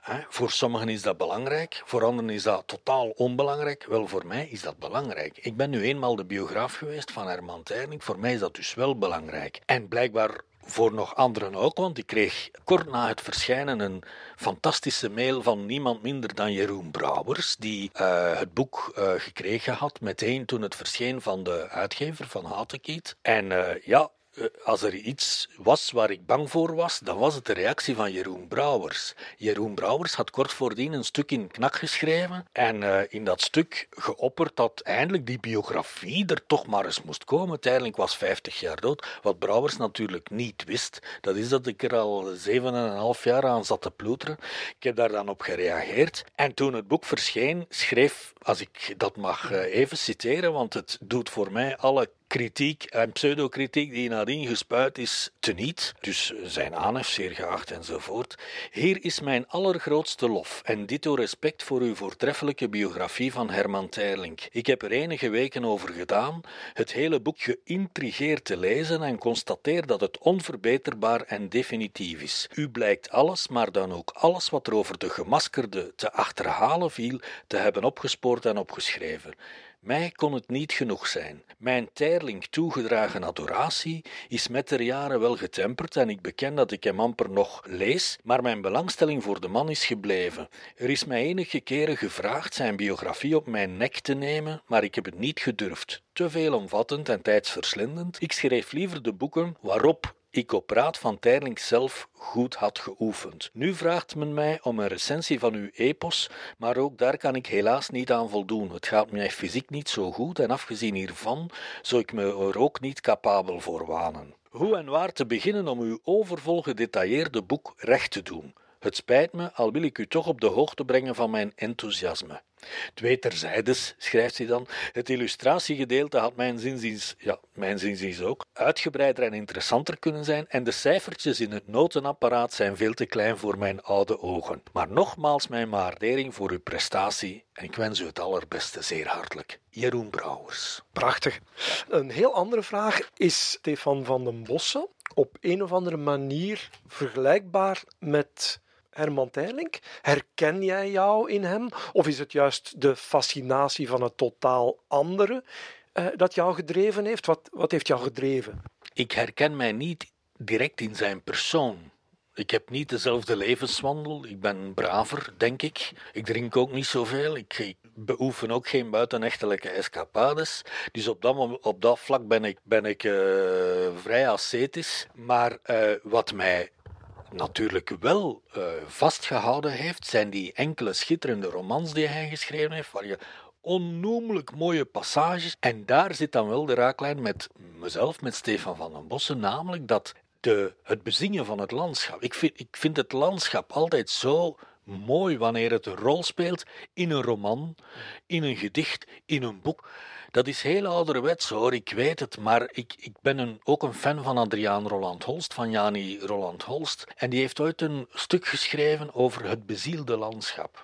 Voor sommigen is dat belangrijk, voor anderen is dat totaal onbelangrijk. Wel, voor mij is dat belangrijk. Ik ben nu eenmaal de biograaf geweest van Herman Tijlink. Voor mij is dat dus wel belangrijk. En blijkbaar voor nog anderen ook, want ik kreeg kort na het verschijnen een fantastische mail van niemand minder dan Jeroen Brouwers, die het boek gekregen had meteen toen het verscheen van de uitgever van Houtekiet. En als er iets was waar ik bang voor was, dan was het de reactie van Jeroen Brouwers. Jeroen Brouwers had kort voordien een stuk in Knak geschreven en in dat stuk geopperd dat eindelijk die biografie er toch maar eens moest komen. Uiteindelijk was 50 jaar dood. Wat Brouwers natuurlijk niet wist, dat is dat ik er al 7,5 jaar aan zat te ploeteren. Ik heb daar dan op gereageerd. En toen het boek verscheen, schreef, als ik dat mag even citeren, want het doet voor mij alle kritiek en pseudokritiek die nadien gespuit is teniet, dus zijn aanhef zeer geacht enzovoort. Hier is mijn allergrootste lof en ditto respect voor uw voortreffelijke biografie van Herman Tijlink. Ik heb er enige weken over gedaan, het hele boek geïntrigeerd te lezen en constateer dat het onverbeterbaar en definitief is. U blijkt alles, maar dan ook alles wat er over de gemaskerde te achterhalen viel, te hebben opgespoord en opgeschreven. Mij kon het niet genoeg zijn. Mijn Tijlink toegedragen adoratie is met de jaren wel getemperd en ik beken dat ik hem amper nog lees, maar mijn belangstelling voor de man is gebleven. Er is mij enige keren gevraagd zijn biografie op mijn nek te nemen, maar ik heb het niet gedurfd. Te veelomvattend en tijdsverslindend. Ik schreef liever de boeken waarop ik op raad van Tijlink zelf goed had geoefend. Nu vraagt men mij om een recensie van uw epos, maar ook daar kan ik helaas niet aan voldoen. Het gaat mij fysiek niet zo goed en afgezien hiervan zou ik me er ook niet capabel voor wanen. Hoe en waar te beginnen om uw overvol gedetailleerde boek recht te doen? Het spijt me, al wil ik u toch op de hoogte brengen van mijn enthousiasme. Twee terzijdes, schrijft hij dan, het illustratiegedeelte had mijn zinziens ook, uitgebreider en interessanter kunnen zijn en de cijfertjes in het notenapparaat zijn veel te klein voor mijn oude ogen. Maar nogmaals mijn waardering voor uw prestatie en ik wens u het allerbeste zeer hartelijk. Jeroen Brouwers. Prachtig. Een heel andere vraag is Stefan van den Bossen op een of andere manier vergelijkbaar met Herman Tijlink? Herken jij jou in hem? Of is het juist de fascinatie van het totaal andere dat jou gedreven heeft? Wat heeft jou gedreven? Ik herken mij niet direct in zijn persoon. Ik heb niet dezelfde levenswandel. Ik ben braver, denk ik. Ik drink ook niet zoveel. Ik beoefen ook geen buitenechtelijke escapades. Dus op dat vlak ben ik vrij ascetisch. Maar wat mij natuurlijk wel vastgehouden heeft, zijn die enkele schitterende romans die hij geschreven heeft, waar je onnoemelijk mooie passages. En daar zit dan wel de raaklijn met mezelf, met Stefan van den Bossen, namelijk dat het bezingen van het landschap. Ik vind het landschap altijd zo mooi wanneer het een rol speelt in een roman, in een gedicht, in een boek. Dat is heel ouderwets hoor, ik weet het, maar ik ben ook een fan van Adriaan Roland Holst, van Jani Roland Holst. En die heeft ooit een stuk geschreven over het bezielde landschap.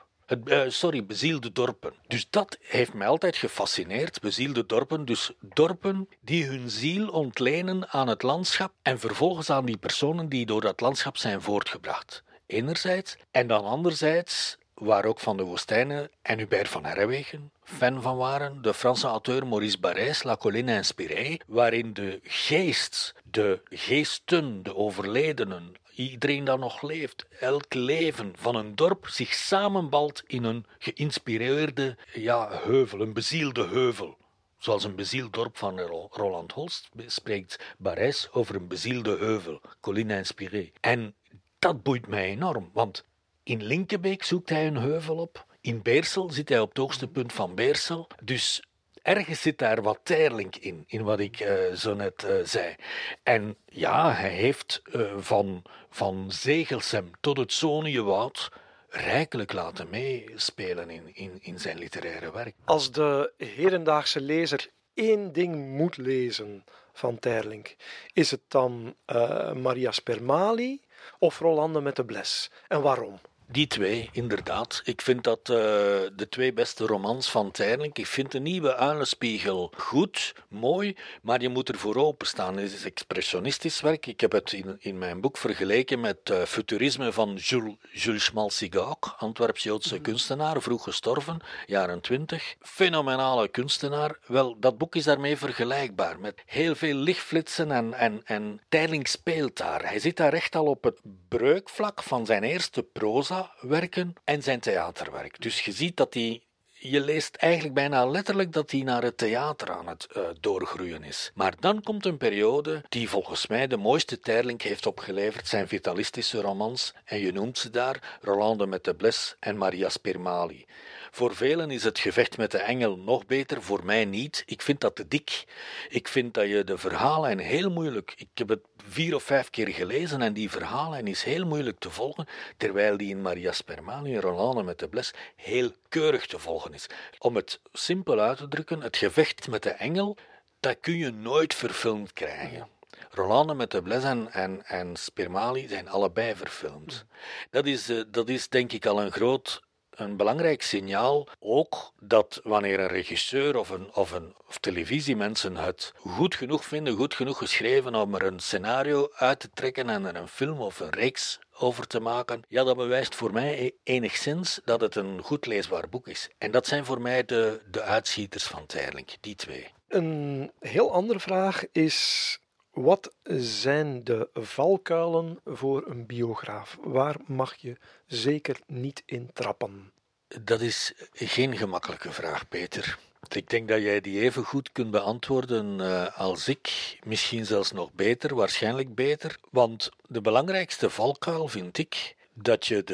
Bezielde dorpen. Dus dat heeft mij altijd gefascineerd, bezielde dorpen. Dus dorpen die hun ziel ontlenen aan het landschap en vervolgens aan die personen die door dat landschap zijn voortgebracht. Enerzijds. En dan anderzijds, waar ook Van de Woestijnen en Hubert van Herwegen fan van waren, de Franse auteur Maurice Barrès, La Colline Inspirée, waarin de geest, de geesten, de overledenen, iedereen dat nog leeft, elk leven van een dorp zich samenbalt in een geïnspireerde heuvel, een bezielde heuvel. Zoals een bezield dorp van Roland Holst spreekt Barrès over een bezielde heuvel, Colline Inspirée. En dat boeit mij enorm, want in Linkebeek zoekt hij een heuvel op. In Beersel zit hij op het hoogste punt van Beersel. Dus ergens zit daar wat Tijlink in wat ik zo net zei. En ja, hij heeft van Zegelsem tot het Zoniewoud rijkelijk laten meespelen in zijn literaire werk. Als de hedendaagse lezer één ding moet lezen van Tijlink, is het dan Maria Spermali of Rolande met de Bles? En waarom? Die twee, inderdaad. Ik vind dat de twee beste romans van Teirlinck. Ik vind de nieuwe Uilenspiegel goed, mooi, maar je moet ervoor openstaan. Het is expressionistisch werk. Ik heb het in mijn boek vergeleken met futurisme van Jules Schmalzigauch, Antwerps-Joodse kunstenaar, vroeg gestorven, jaren 20. Fenomenale kunstenaar. Wel, dat boek is daarmee vergelijkbaar, met heel veel lichtflitsen en Teirlinck speelt daar. Hij zit daar echt al op het breukvlak van zijn eerste proza-werken en zijn theaterwerk. Dus je ziet dat je leest eigenlijk bijna letterlijk dat hij naar het theater aan het doorgroeien is. Maar dan komt een periode die volgens mij de mooiste Teirlinck heeft opgeleverd, zijn vitalistische romans, en je noemt ze daar, Rolande met de Bles en Maria Spermali. Voor velen is het Gevecht met de Engel nog beter, voor mij niet. Ik vind dat te dik. Ik vind dat je de verhaallijn heel moeilijk... Ik heb het 4 of 5 keer gelezen en die verhaallijn is heel moeilijk te volgen, terwijl die in Maria Spermali en Rolande met de Bles heel keurig te volgen is. Om het simpel uit te drukken, het Gevecht met de Engel, dat kun je nooit verfilmd krijgen. Rolande met de Bles en Spermali zijn allebei verfilmd. Dat is denk ik al een belangrijk signaal, ook dat wanneer een regisseur of televisiemensen het goed genoeg vinden, goed genoeg geschreven om er een scenario uit te trekken en er een film of een reeks over te maken, ja, dat bewijst voor mij enigszins dat het een goed leesbaar boek is. En dat zijn voor mij de uitschieters van Teirlinck, die twee. Een heel andere vraag is: wat zijn de valkuilen voor een biograaf? Waar mag je zeker niet in trappen? Dat is geen gemakkelijke vraag, Peter. Ik denk dat jij die even goed kunt beantwoorden als ik, misschien zelfs nog beter, waarschijnlijk beter. Want de belangrijkste valkuil vind ik dat je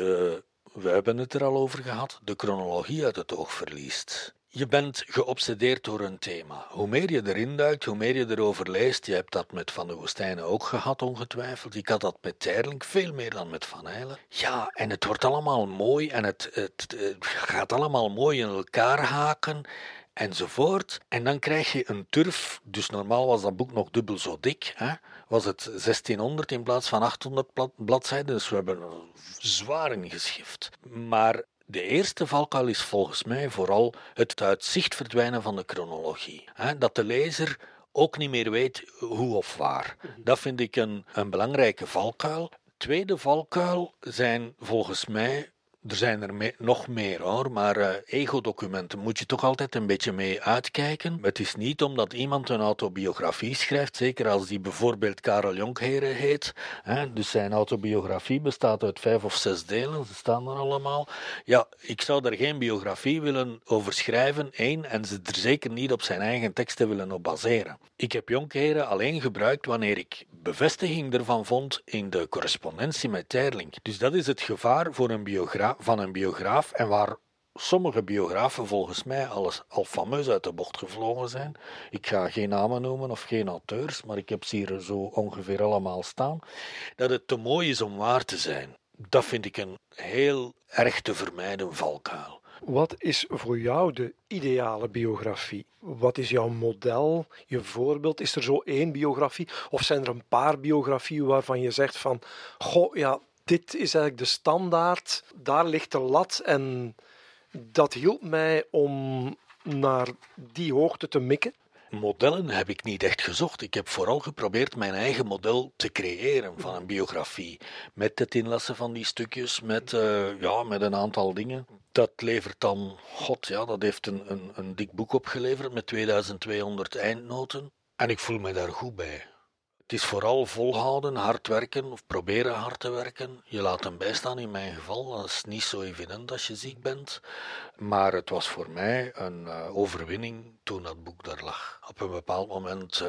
we hebben het er al over gehad, de chronologie uit het oog verliest. Je bent geobsedeerd door een thema. Hoe meer je erin duikt, hoe meer je erover leest. Je hebt dat met Van de Woestijnen ook gehad, ongetwijfeld. Ik had dat met Teirlinck, veel meer dan met Van Heylen. Ja, en het wordt allemaal mooi en het gaat allemaal mooi in elkaar haken, enzovoort. En dan krijg je een turf, dus normaal was dat boek nog dubbel zo dik, hè? Was het 1600 in plaats van 800 bladzijden, dus we hebben er zwaar in geschift. Maar de eerste valkuil is volgens mij vooral het uit zicht verdwijnen van de chronologie. Dat de lezer ook niet meer weet hoe of waar. Dat vind ik een belangrijke valkuil. Tweede valkuil zijn volgens mij, er zijn er nog meer hoor, maar ego-documenten moet je toch altijd een beetje mee uitkijken. Het is niet omdat iemand een autobiografie schrijft, zeker als die bijvoorbeeld Karel Jonkheren heet. Dus zijn autobiografie bestaat uit 5 of 6 delen, ze staan er allemaal. Ja, ik zou daar geen biografie willen over schrijven, en ze er zeker niet op zijn eigen teksten willen op baseren. Ik heb Jonkheren alleen gebruikt wanneer ik bevestiging ervan vond in de correspondentie met Teirlinck. Dus dat is het gevaar voor van een biograaf en waar sommige biografen volgens mij al fameus uit de bocht gevlogen zijn. Ik ga geen namen noemen of geen auteurs, maar ik heb ze hier zo ongeveer allemaal staan. Dat het te mooi is om waar te zijn. Dat vind ik een heel erg te vermijden valkuil. Wat is voor jou de ideale biografie? Wat is jouw model, je voorbeeld? Is er zo één biografie? Of zijn er een paar biografieën waarvan je zegt van, goh, ja, dit is eigenlijk de standaard, daar ligt de lat en dat hielp mij om naar die hoogte te mikken? Modellen heb ik niet echt gezocht. Ik heb vooral geprobeerd mijn eigen model te creëren van een biografie. Met het inlassen van die stukjes, met een aantal dingen. Dat levert dan, dat heeft een dik boek opgeleverd met 2200 eindnoten. En ik voel me daar goed bij. Het is vooral volhouden, hard werken of proberen hard te werken. Je laat hem bijstaan in mijn geval, dat is niet zo evident als je ziek bent. Maar het was voor mij een overwinning toen dat boek daar lag. Op een bepaald moment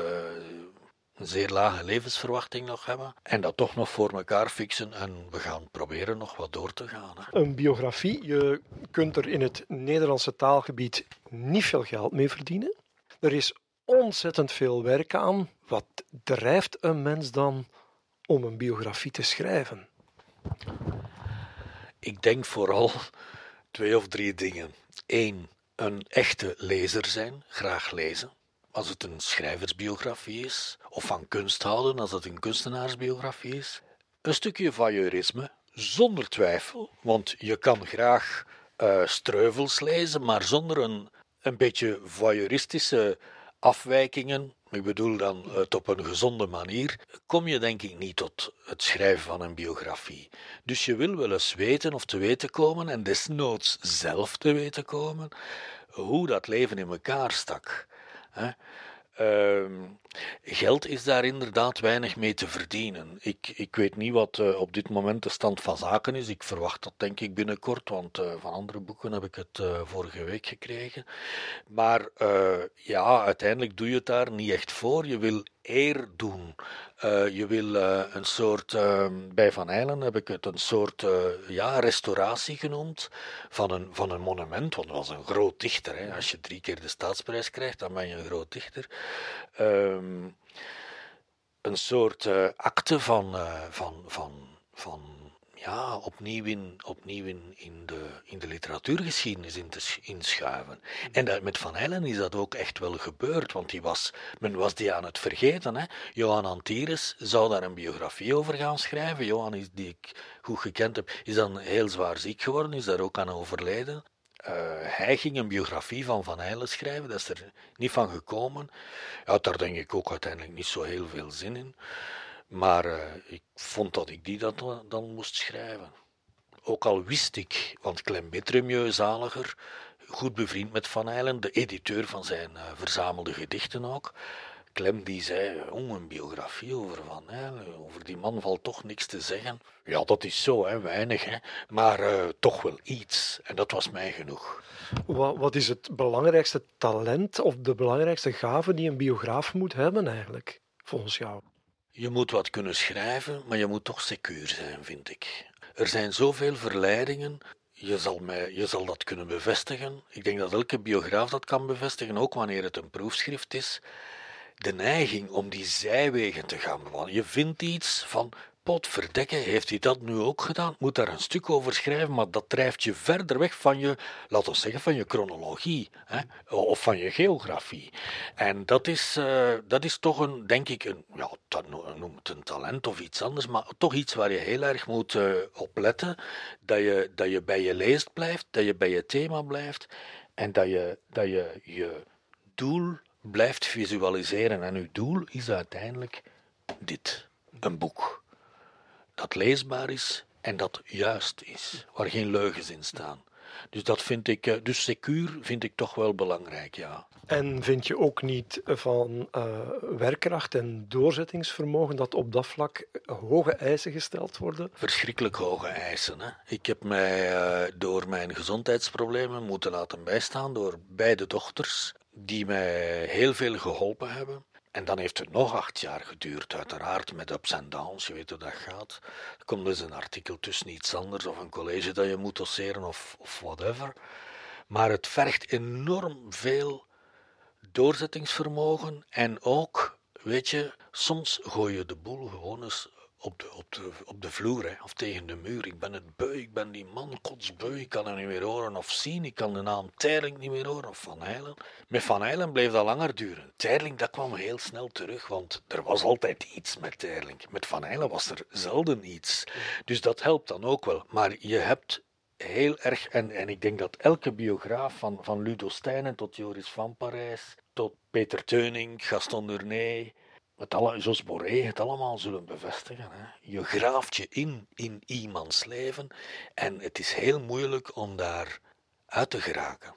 een zeer lage levensverwachting nog hebben en dat toch nog voor elkaar fixen en we gaan proberen nog wat door te gaan. Hè. Een biografie, je kunt er in het Nederlandse taalgebied niet veel geld mee verdienen. Er is ontzettend veel werk aan. Wat drijft een mens dan om een biografie te schrijven? Ik denk vooral 2 of 3 dingen. 1, een echte lezer zijn, graag lezen. Als het een schrijversbiografie is, of van kunst houden als het een kunstenaarsbiografie is. Een stukje voyeurisme, Zonder twijfel, want je kan graag streuvels lezen, maar zonder een beetje voyeuristische afwijkingen, ik bedoel dan het op een gezonde manier, kom je denk ik niet tot het schrijven van een biografie. Dus je wil wel eens weten of te weten komen, en desnoods zelf te weten komen, hoe dat leven in elkaar stak. Hè? Geld is daar inderdaad weinig mee te verdienen. Ik weet niet wat op dit moment de stand van zaken is. Ik verwacht dat denk ik binnenkort, want van andere boeken heb ik het vorige week gekregen. Maar ja, uiteindelijk doe je het daar niet echt voor. Je wil eer doen. Je wil een soort, bij Van Eylen heb ik het een soort restauratie genoemd van een monument, want dat was een groot dichter. Hè. Als je 3 keer de Staatsprijs krijgt, dan ben je een groot dichter. Een soort akte van ja, opnieuw in de literatuurgeschiedenis inschuiven. En met Van Eylen is dat ook echt wel gebeurd, want men was die aan het vergeten. Hè. Johan Antares zou daar een biografie over gaan schrijven. Johan, die ik goed gekend heb, is dan heel zwaar ziek geworden, is daar ook aan overleden. Hij ging een biografie van Eylen schrijven, dat is er niet van gekomen. Hij had daar denk ik ook uiteindelijk niet zo heel veel zin in. Maar ik vond dat ik die dan moest schrijven. Ook al wist ik, want Clem Bétremieux, zaliger, goed bevriend met Van Eylen, de editeur van zijn verzamelde gedichten ook. Clem die zei, een biografie over Van Eylen, over die man valt toch niks te zeggen. Ja, dat is zo, hè, weinig, hè, maar toch wel iets. En dat was mij genoeg. Wat is het belangrijkste talent of de belangrijkste gave die een biograaf moet hebben eigenlijk, volgens jou? Je moet wat kunnen schrijven, maar je moet toch secuur zijn, vind ik. Er zijn zoveel verleidingen. Je zal dat kunnen bevestigen. Ik denk dat elke biograaf dat kan bevestigen, ook wanneer het een proefschrift is. De neiging om die zijwegen te gaan bewandelen. Je vindt iets van, potverdekke, heeft hij dat nu ook gedaan? Moet daar een stuk over schrijven, maar dat drijft je verder weg van je, laten we zeggen, van je chronologie, hè? Of van je geografie. En dat is toch denk ik, noem het een talent of iets anders, maar toch iets waar je heel erg moet op letten, dat je bij je leest blijft, dat je bij je thema blijft en dat je doel blijft visualiseren. En uw doel is uiteindelijk dit, een boek dat leesbaar is en dat juist is, waar geen leugens in staan. Dus dat vind ik, dus secuur vind ik toch wel belangrijk, ja. En vind je ook niet van werkkracht en doorzettingsvermogen dat op dat vlak hoge eisen gesteld worden? Verschrikkelijk hoge eisen. Hè. Ik heb mij door mijn gezondheidsproblemen moeten laten bijstaan door beide dochters, die mij heel veel geholpen hebben. En dan heeft het nog 8 jaar geduurd, uiteraard, met ups en downs, je weet hoe dat gaat. Er komt dus een artikel tussen iets anders, of een college dat je moet doseren, of whatever. Maar het vergt enorm veel doorzettingsvermogen en ook, weet je, soms gooi je de boel gewoon eens op de vloer, hè, of tegen de muur. Ik ben het beu, ik ben die man kotsbeu, ik kan hem niet meer horen of zien, ik kan de naam Teirling niet meer horen of Van Eylen. Met Van Eylen bleef dat langer duren. Teirling, dat kwam heel snel terug, want er was altijd iets met Teirling. Met Van Eylen was er zelden iets. Dus dat helpt dan ook wel. Maar je hebt heel erg, en ik denk dat elke biograaf van Ludo Steynen tot Joris van Parijs, tot Peter Teuning, Gaston Durné, Jos Boré het allemaal zullen bevestigen. Hè. Je graaft je in iemands leven en het is heel moeilijk om daar uit te geraken.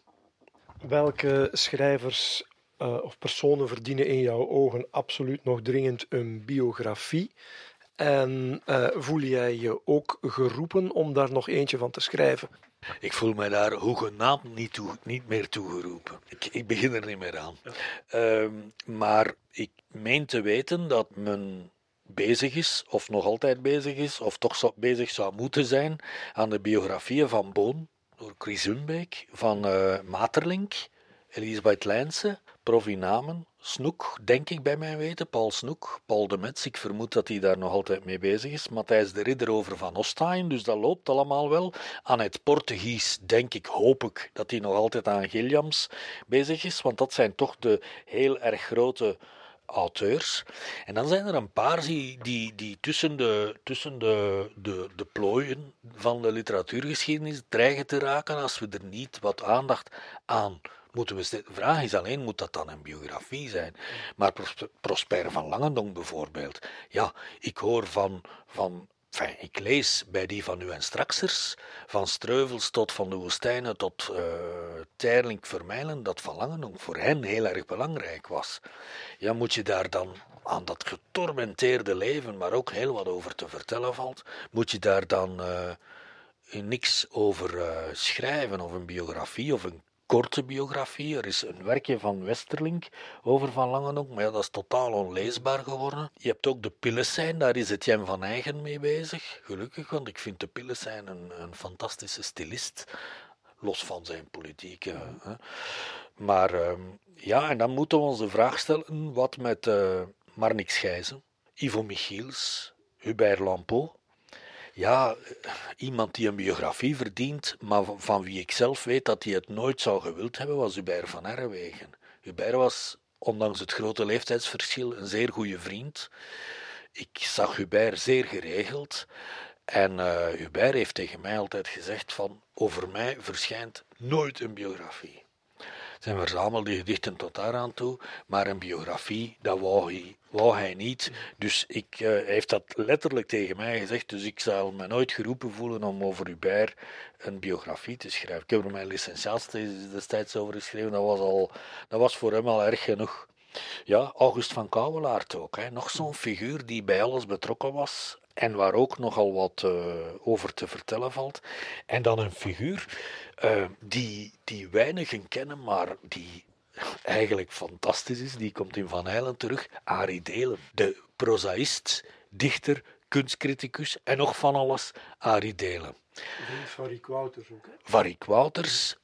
Welke schrijvers of personen verdienen in jouw ogen absoluut nog dringend een biografie? En voel jij je ook geroepen om daar nog eentje van te schrijven? Ik voel mij daar hoegenaamd niet meer toegeroepen. Ik begin er niet meer aan. Ja. Maar ik meen te weten dat men bezig is, of nog altijd bezig is, of toch bezig zou moeten zijn aan de biografieën van Boon, door Chris Hunbeek, van Maeterlinck, Elisabeth Leijnse, Provinamen, Snoek, denk ik bij mijn weten, Paul Snoek, Paul de Metz, ik vermoed dat hij daar nog altijd mee bezig is, Matthijs de Ridder over Van Ostaaien, dus dat loopt allemaal wel. Aan het Portugies denk ik, hoop ik, dat hij nog altijd aan Gilliams bezig is, want dat zijn toch de heel erg grote auteurs. En dan zijn er een paar die tussen de plooien van de literatuurgeschiedenis dreigen te raken als we er niet wat aandacht aan moeten we stellen. De vraag is alleen, moet dat dan een biografie zijn? Maar Prosper van Langendonck bijvoorbeeld. Ja, ik hoor ik lees bij die van U en Straksers, van Streuvels tot Van de Woestijnen tot Teirlink Vermijlen, dat Van Langendonck voor hen heel erg belangrijk was. Ja, moet je daar dan aan dat getormenteerde leven, maar ook heel wat over te vertellen valt, moet je daar dan niks over schrijven, of een biografie, of een korte biografie. Er is een werkje van Westerlink over Van Langendonck, maar ja, dat is totaal onleesbaar geworden. Je hebt ook de Pillesijn, daar is Etienne van Eygen mee bezig. Gelukkig, want ik vind de Pillesijn een fantastische stilist, los van zijn politieke. Maar ja, en dan moeten we ons de vraag stellen, wat met Marnix Gijzen, Ivo Michiels, Hubert Lampeau. Ja, iemand die een biografie verdient, maar van wie ik zelf weet dat hij het nooit zou gewild hebben, was Hubert van Errewegen. Hubert was, ondanks het grote leeftijdsverschil, een zeer goede vriend. Ik zag Hubert zeer geregeld. En Hubert heeft tegen mij altijd gezegd van, over mij verschijnt nooit een biografie. Zijn verzamelde gedichten tot daaraan toe, maar een biografie, dat wou hij niet. Dus hij heeft dat letterlijk tegen mij gezegd, dus ik zal me nooit geroepen voelen om over Hubert een biografie te schrijven. Ik heb er mijn licentiaatthesis destijds over geschreven, dat was voor hem al erg genoeg. Ja, August van Kouwelaert ook, hè. Nog zo'n figuur die bij alles betrokken was en waar ook nogal wat over te vertellen valt. En dan een figuur die weinigen kennen, maar die eigenlijk fantastisch is. Die komt in Van Eylen terug. Arie Delen, de prozaïst, dichter, kunstcriticus en nog van alles. Arie Delen. Van Rick Wouters ook, hè? Van Rick Wouters,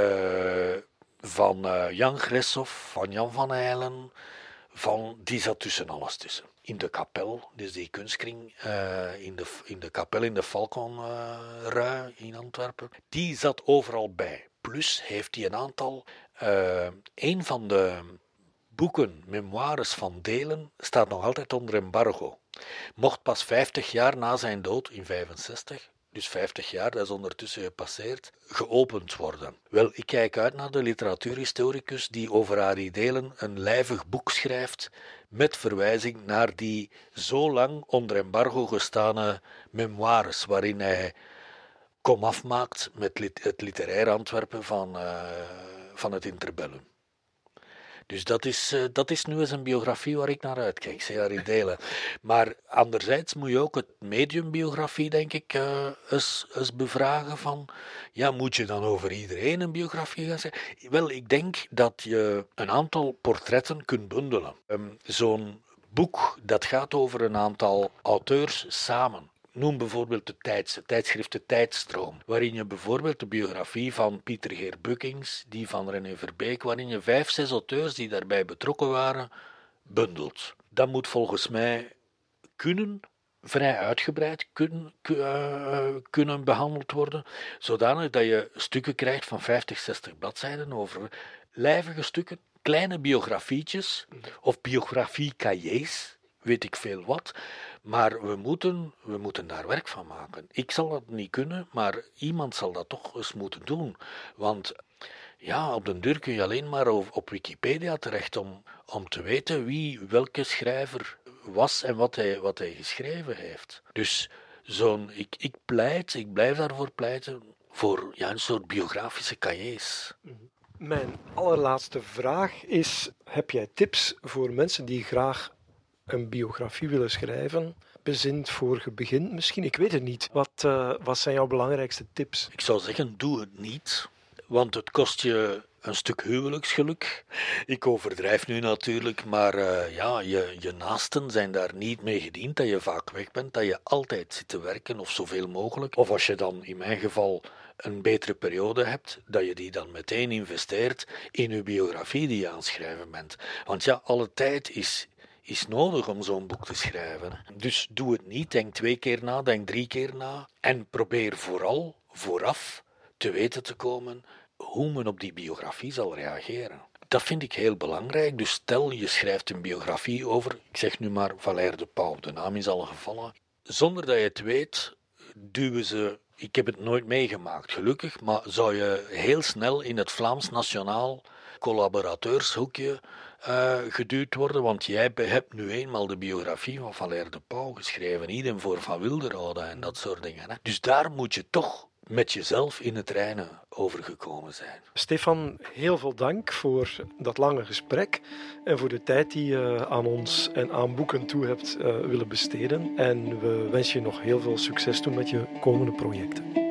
van Jan Greshoff, van Jan van Eylen, die zat tussen alles tussen. In de kapel, dus die kunstkring, in de kapel in de Falconrui in Antwerpen, die zat overal bij. Plus heeft hij een aantal, een van de boeken, memoires van Delen, staat nog altijd onder embargo. Mocht pas 50 jaar na zijn dood, in 65, dus 50 jaar, dat is ondertussen gepasseerd, geopend worden. Wel, ik kijk uit naar de literatuurhistoricus die over Arie Delen een lijvig boek schrijft met verwijzing naar die zo lang onder embargo gestane memoires, waarin hij komaf maakt met het literair Antwerpen van het interbellum. Dus dat is nu eens een biografie waar ik naar uitkijk, zei Arie Delen. Maar anderzijds moet je ook het mediumbiografie, denk ik, eens bevragen van, ja, moet je dan over iedereen een biografie gaan schrijven? Wel, ik denk dat je een aantal portretten kunt bundelen. Zo'n boek, dat gaat over een aantal auteurs samen. Noem bijvoorbeeld het tijdschrift De Tijdstroom, waarin je bijvoorbeeld de biografie van Pieter Geer Buckings, die van René Verbeek, waarin je 5, 6 auteurs die daarbij betrokken waren, bundelt. Dat moet volgens mij vrij uitgebreid kunnen behandeld worden, zodanig dat je stukken krijgt van 50, 60 bladzijden over lijvige stukken, kleine biografietjes of biografie-cahiers, weet ik veel wat. Maar we moeten daar werk van maken. Ik zal dat niet kunnen, maar iemand zal dat toch eens moeten doen. Want ja, op den duur kun je alleen maar op Wikipedia terecht om te weten wie welke schrijver was en wat hij geschreven heeft. Dus ik blijf daarvoor pleiten, voor een soort biografische cahiers. Mijn allerlaatste vraag is, heb jij tips voor mensen die graag een biografie willen schrijven, bezint voor je begint misschien? Ik weet het niet. Wat zijn jouw belangrijkste tips? Ik zou zeggen, doe het niet, want het kost je een stuk huwelijksgeluk. Ik overdrijf nu natuurlijk, maar je naasten zijn daar niet mee gediend, dat je vaak weg bent, dat je altijd zit te werken of zoveel mogelijk. Of als je dan, in mijn geval, een betere periode hebt, dat je die dan meteen investeert in je biografie die je aan het schrijven bent. Want ja, alle tijd is nodig om zo'n boek te schrijven. Dus doe het niet, denk 2 keer na, denk 3 keer na. En probeer vooral vooraf te weten te komen hoe men op die biografie zal reageren. Dat vind ik heel belangrijk. Dus stel, je schrijft een biografie over, ik zeg nu maar Valère de Pauw, de naam is al gevallen. Zonder dat je het weet, duwen ze... Ik heb het nooit meegemaakt, gelukkig, maar zou je heel snel in het Vlaams Nationaal collaborateurshoekje geduwd worden, want jij hebt nu eenmaal de biografie van Valère de Pauw geschreven, idem voor Van Wilderode en dat soort dingen. Hè. Dus daar moet je toch met jezelf in het reinen over gekomen zijn. Stefan, heel veel dank voor dat lange gesprek en voor de tijd die je aan ons en aan boeken toe hebt willen besteden. En we wensen je nog heel veel succes toe met je komende projecten.